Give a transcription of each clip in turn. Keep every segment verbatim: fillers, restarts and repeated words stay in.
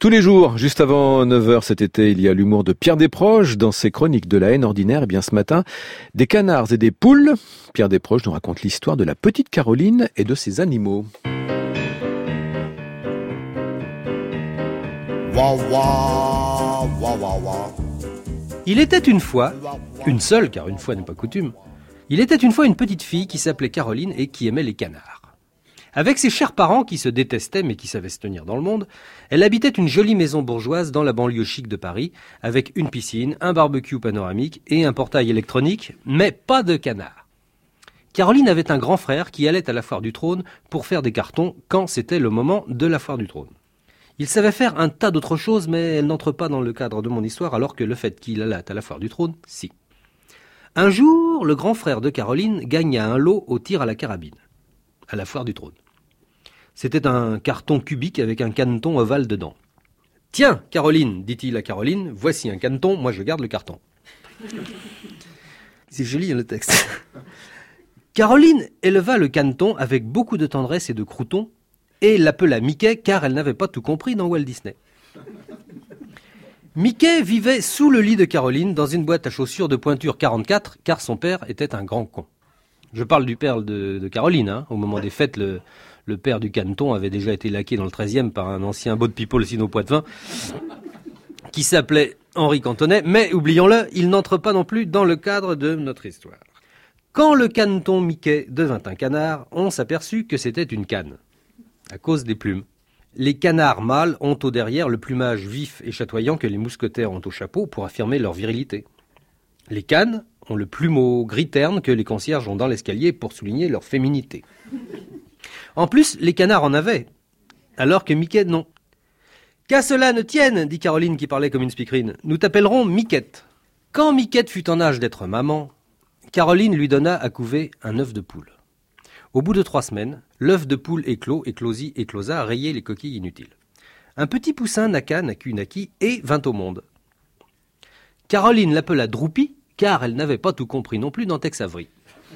Tous les jours, juste avant neuf heures cet été, il y a l'humour de Pierre Desproges dans ses chroniques de la haine ordinaire. Et bien ce matin, des canards et des poules. Pierre Desproges nous raconte l'histoire de la petite Caroline et de ses animaux. Il était une fois, une seule car une fois n'est pas coutume, il était une fois une petite fille qui s'appelait Caroline et qui aimait les canards. Avec ses chers parents qui se détestaient mais qui savaient se tenir dans le monde, elle habitait une jolie maison bourgeoise dans la banlieue chic de Paris, avec une piscine, un barbecue panoramique et un portail électronique, mais pas de canards. Caroline avait un grand frère qui allait à la foire du trône pour faire des cartons quand c'était le moment de la foire du trône. Il savait faire un tas d'autres choses, mais elle n'entre pas dans le cadre de mon histoire, alors que le fait qu'il allait à la foire du trône, si. Un jour, le grand frère de Caroline gagna un lot au tir à la carabine, à la foire du trône. C'était un carton cubique avec un caneton ovale dedans. « Tiens, Caroline, dit-il à Caroline, voici un caneton, moi je garde le carton. » C'est joli le texte. Caroline éleva le caneton avec beaucoup de tendresse et de croûtons et l'appela Mickey car elle n'avait pas tout compris dans Walt Disney. Mickey vivait sous le lit de Caroline dans une boîte à chaussures de pointure quarante-quatre car son père était un grand con. Je parle du père de, de Caroline, hein. Au moment des fêtes, le, le père du caneton avait déjà été laqué dans le treizième par un ancien beau de people sino Poitevin qui s'appelait Henri Cantonnet, mais oublions-le, il n'entre pas non plus dans le cadre de notre histoire. Quand le caneton Mickey devint un canard, on s'aperçut que c'était une canne, à cause des plumes. Les canards mâles ont au derrière le plumage vif et chatoyant que les mousquetaires ont au chapeau pour affirmer leur virilité. Les cannes ont le plumeau gris terne que les concierges ont dans l'escalier pour souligner leur féminité. En plus, les canards en avaient, alors que Mickey non. « Qu'à cela ne tienne, dit Caroline qui parlait comme une speakerine, nous t'appellerons Miquette. » Quand Miquette fut en âge d'être maman, Caroline lui donna à couver un œuf de poule. Au bout de trois semaines, l'œuf de poule éclos, éclosit, éclosa, rayait les coquilles inutiles. Un petit poussin naqua, nacu, naquit et vint au monde. Caroline l'appela Droupi, car elle n'avait pas tout compris non plus dans Tex Avery.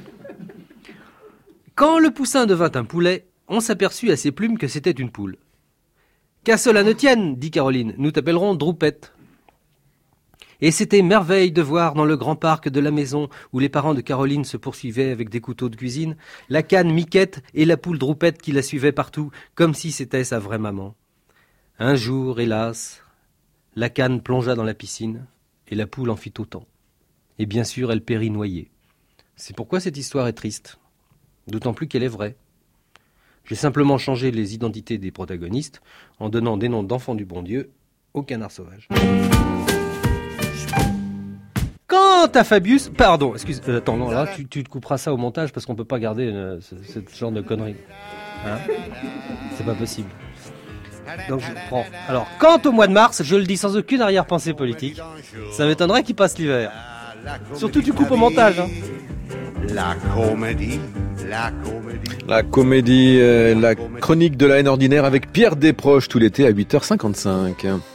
Quand le poussin devint un poulet, on s'aperçut à ses plumes que c'était une poule. « Qu'à cela ne tienne, dit Caroline, nous t'appellerons Droupette. » Et c'était merveille de voir dans le grand parc de la maison, où les parents de Caroline se poursuivaient avec des couteaux de cuisine, la canne Miquette et la poule Droupette qui la suivaient partout, comme si c'était sa vraie maman. Un jour, hélas, la canne plongea dans la piscine, et la poule en fit autant. Et bien sûr, elle périt noyée. C'est pourquoi cette histoire est triste. D'autant plus qu'elle est vraie. J'ai simplement changé les identités des protagonistes en donnant des noms d'enfants du bon Dieu aux canards sauvages. Quant à Fabius... Pardon, excuse... Euh, attends, non, là, tu, tu te couperas ça au montage parce qu'on peut pas garder euh, ce, ce genre de conneries. Hein ? C'est pas possible. Donc je prends. Alors, quant au mois de mars, je le dis sans aucune arrière-pensée politique, ça m'étonnerait qu'il passe l'hiver. Surtout tu coupes au montage. Hein. La comédie, la comédie. La comédie, euh, la chronique de la haine ordinaire avec Pierre Desproges tout l'été à huit heures cinquante-cinq.